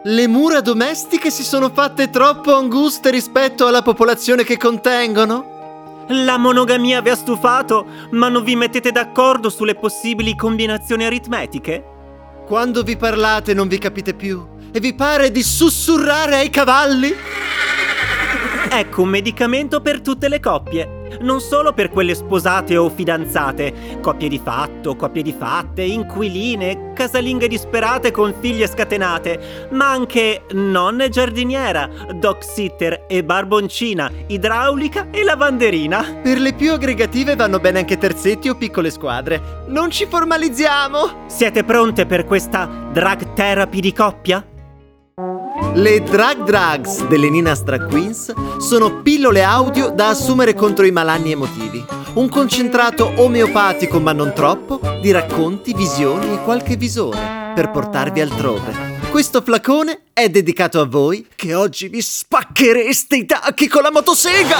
Le mura domestiche si sono fatte troppo anguste rispetto alla popolazione che contengono? La monogamia vi ha stufato, ma non vi mettete d'accordo sulle possibili combinazioni aritmetiche? Quando vi parlate non vi capite più e vi pare di sussurrare ai cavalli? Ecco un medicamento per tutte le coppie, non solo per quelle sposate o fidanzate, coppie di fatto, coppie di fatte, inquiline, casalinghe disperate con figlie scatenate, ma anche nonna e giardiniera, dog sitter e barboncina, idraulica e lavanderina. Per le più aggregative vanno bene anche terzetti o piccole squadre. Non ci formalizziamo! Siete pronte per questa drag therapy di coppia? Le Drag Drugs delle Nina Drag Queens sono pillole audio da assumere contro i malanni emotivi. Un concentrato omeopatico, ma non troppo, di racconti, visioni e qualche visore per portarvi altrove. Questo flacone è dedicato a voi che oggi vi spacchereste i tacchi con la motosega!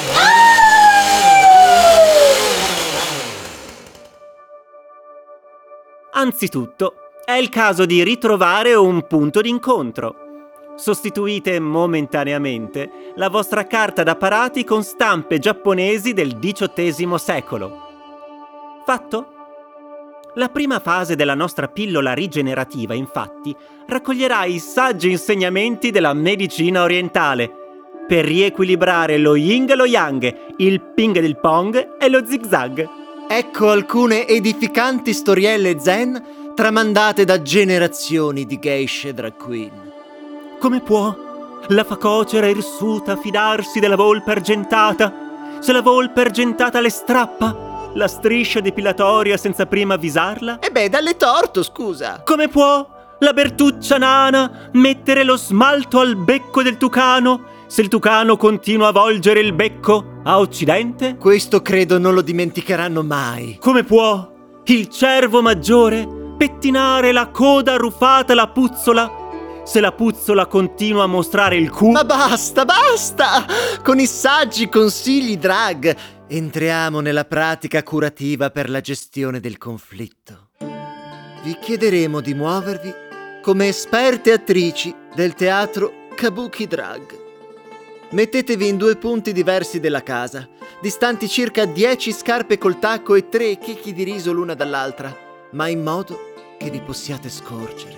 Anzitutto, è il caso di ritrovare un punto d'incontro. Sostituite momentaneamente la vostra carta da parati con stampe giapponesi del XVIII secolo. Fatto? La prima fase della nostra pillola rigenerativa, infatti, raccoglierà i saggi insegnamenti della medicina orientale per riequilibrare lo yin e lo yang, il ping ed il pong e lo zigzag. Ecco alcune edificanti storielle zen tramandate da generazioni di geishe e drag queen. Come può la facocera irsuta fidarsi della volpe argentata, se la volpe argentata le strappa la striscia depilatoria senza prima avvisarla? Dalle torto, scusa! Come può la Bertuccia nana mettere lo smalto al becco del tucano se il tucano continua a volgere il becco a occidente? Questo credo non lo dimenticheranno mai. Come può il cervo maggiore pettinare la coda arruffata alla puzzola se la puzzola continua a mostrare il culo? Ma basta, basta! Con i saggi consigli drag entriamo nella pratica curativa per la gestione del conflitto. Vi chiederemo di muovervi come esperte attrici del teatro Kabuki Drag. Mettetevi in 2 punti diversi della casa, distanti circa 10 scarpe col tacco e 3 chicchi di riso l'una dall'altra, ma in modo che vi possiate scorgere.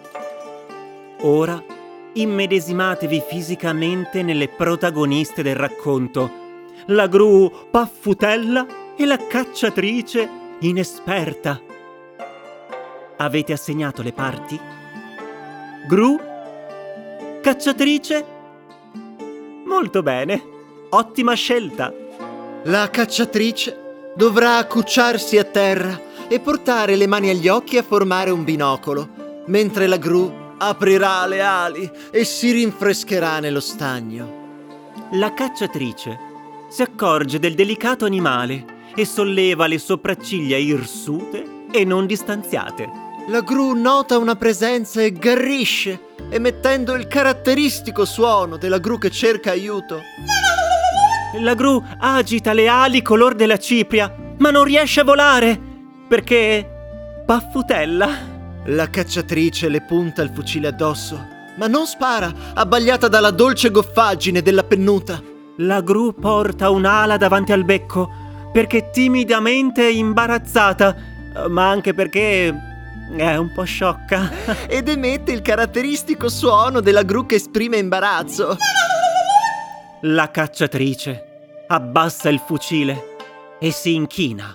Ora immedesimatevi fisicamente nelle protagoniste del racconto, la gru paffutella e la cacciatrice inesperta. Avete assegnato le parti? Gru? Cacciatrice? Molto bene, ottima scelta. La cacciatrice dovrà accucciarsi a terra e portare le mani agli occhi a formare un binocolo, mentre la gru aprirà le ali e si rinfrescherà nello stagno. La cacciatrice si accorge del delicato animale e solleva le sopracciglia irsute e non distanziate. La gru nota una presenza e garrisce, emettendo il caratteristico suono della gru che cerca aiuto. La gru agita le ali color della cipria, ma non riesce a volare, perché paffutella. La cacciatrice le punta il fucile addosso, ma non spara, abbagliata dalla dolce goffaggine della pennuta. La gru porta un'ala davanti al becco, perché timidamente è imbarazzata, ma anche perché è un po' sciocca. Ed emette il caratteristico suono della gru che esprime imbarazzo. La cacciatrice abbassa il fucile e si inchina.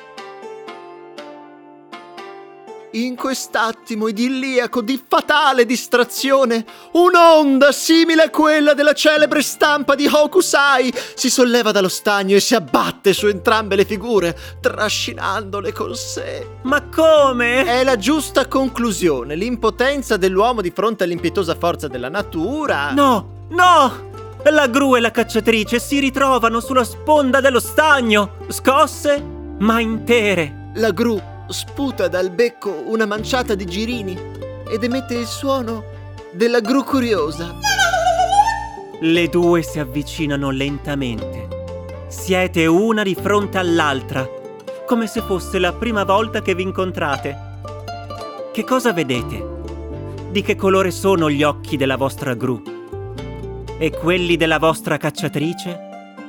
In quest'attimo idilliaco di fatale distrazione, un'onda simile a quella della celebre stampa di Hokusai si solleva dallo stagno e si abbatte su entrambe le figure, trascinandole con sé. Ma come? È la giusta conclusione, l'impotenza dell'uomo di fronte all'impietosa forza della natura. No, no! La gru e la cacciatrice si ritrovano sulla sponda dello stagno, scosse ma intere. La gru sputa dal becco una manciata di girini ed emette il suono della gru curiosa. Le due si avvicinano lentamente. Siete una di fronte all'altra, come se fosse la prima volta che vi incontrate. Che cosa vedete? di che colore sono gli occhi della vostra Gru? E quelli della vostra cacciatrice?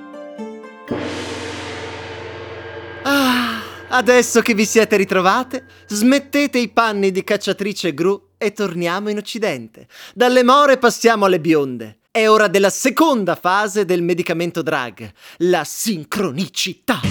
Ah, adesso che vi siete ritrovate, smettete i panni di cacciatrice Gru e torniamo in Occidente. Dalle more passiamo alle bionde. È ora della seconda fase del medicamento drag, la sincronicità.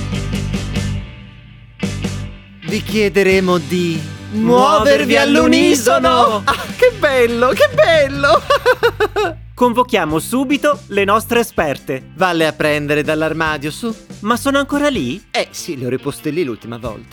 Vi chiederemo di muovervi all'unisono. Ah, che bello, che bello! Convochiamo subito le nostre esperte. Valle a prendere dall'armadio, su. Ma sono ancora lì? Sì, le ho riposte lì l'ultima volta.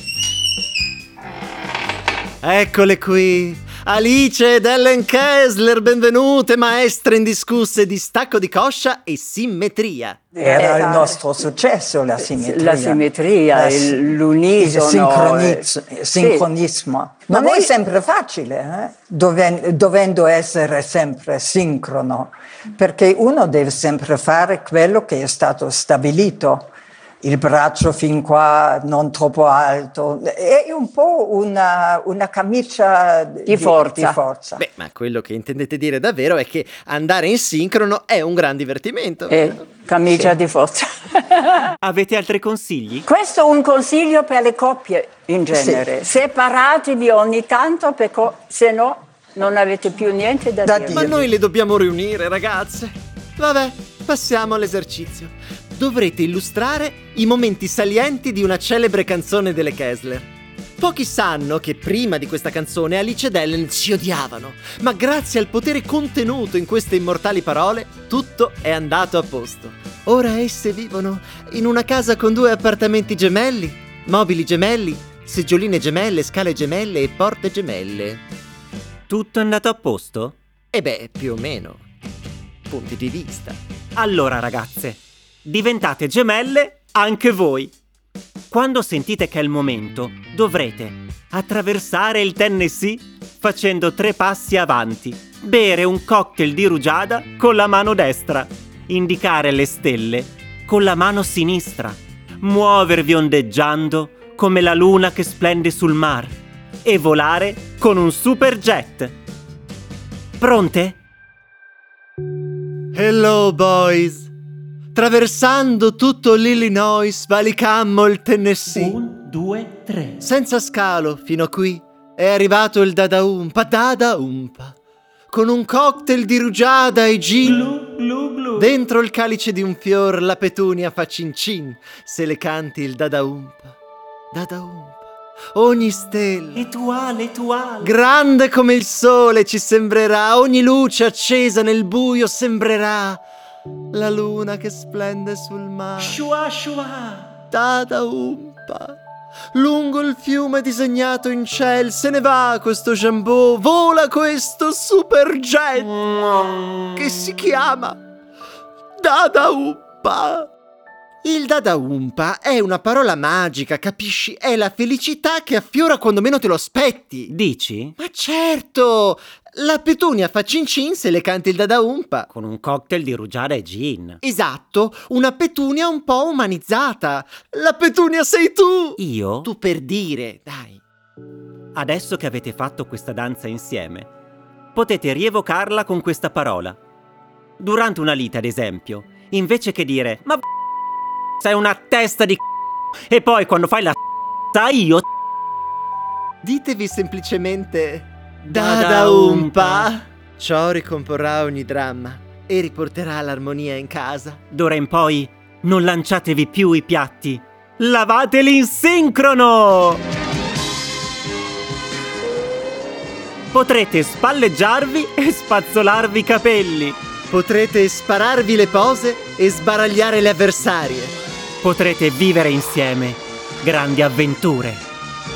Eccole qui. Alice ed Ellen Kessler, benvenute, maestre indiscusse di stacco di coscia e simmetria. Era il nostro successo, la simmetria. La simmetria, l'unisono. Il sincronismo. Ma non è sempre facile, dovendo essere sempre sincrono, perché uno deve sempre fare quello che è stato stabilito. Il braccio fin qua, non troppo alto, è un po' una camicia di forza. Beh, ma quello che intendete dire davvero è che andare in sincrono è un gran divertimento. Camicia di forza. Avete altri consigli? Questo è un consiglio per le coppie in genere. Sì. Separatevi ogni tanto, perché se no non avete più niente da dire. Ma noi le dobbiamo riunire, ragazze. Vabbè, passiamo all'esercizio. Dovrete illustrare i momenti salienti di una celebre canzone delle Kessler. Pochi sanno che prima di questa canzone Alice ed Ellen si odiavano, ma grazie al potere contenuto in queste immortali parole, tutto è andato a posto. Ora esse vivono in una casa con 2 appartamenti gemelli, mobili gemelli, seggioline gemelle, scale gemelle e porte gemelle. Tutto è andato a posto? Più o meno. Punti di vista. Allora, ragazze, diventate gemelle anche voi. Quando sentite che è il momento, dovrete attraversare il Tennessee facendo 3 passi avanti, bere un cocktail di rugiada con la mano destra, indicare le stelle con la mano sinistra, muovervi ondeggiando come la luna che splende sul mar e volare con un super jet. Pronte? Hello, boys! Traversando tutto l'Illinois, valicammo il Tennessee. 1, 2, 3. Senza scalo, fino a qui, è arrivato il Dada Umpa, con un cocktail di rugiada e gin. Glu, glu, glu. Dentro il calice di un fior la petunia fa cin cin, se le canti il Dada Umpa. Ogni stella, Etuale. grande come il sole ci sembrerà, ogni luce accesa nel buio sembrerà la luna che splende sul mare. Shua. Dada Umpa. Lungo il fiume disegnato in ciel se ne va questo jambò, vola questo super jet che si chiama Dada Umpa. Il Dada Umpa è una parola magica, capisci? È la felicità che affiora quando meno te lo aspetti. Dici? Ma certo! La petunia fa cin cin se le canti il Dada Umpa. Con un cocktail di rugiada e gin. Esatto, una petunia un po' umanizzata. La petunia sei tu! Io? Tu per dire, dai. Adesso che avete fatto questa danza insieme, potete rievocarla con questa parola. Durante una lite, ad esempio, invece che dire "ma sei una testa di e poi quando fai la io", ditevi semplicemente Dada Umpa. Ciò ricomporrà ogni dramma e riporterà l'armonia in casa. D'ora in poi non lanciatevi più i piatti, lavateli in sincrono! Potrete spalleggiarvi e spazzolarvi i capelli. Potrete spararvi le pose e sbaragliare le avversarie. Potrete vivere insieme grandi avventure.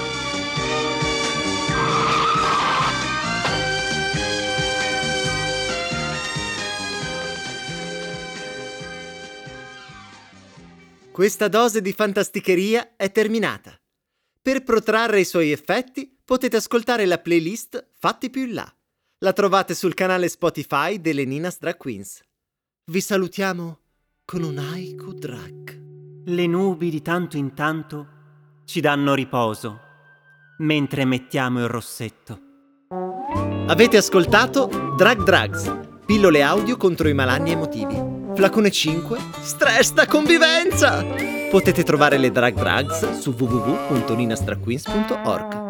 Questa dose di fantasticheria è terminata. Per protrarre i suoi effetti potete ascoltare la playlist Fatti più in là. La trovate sul canale Spotify delle Ninas Drag Queens. Vi salutiamo con un haiku drag. Le nubi di tanto in tanto ci danno riposo, mentre mettiamo il rossetto. Avete ascoltato Drag Drugs, pillole audio contro i malanni emotivi. Flacone 5, stress da convivenza! Potete trovare le Drag Drugs su www.ninastraqueens.org.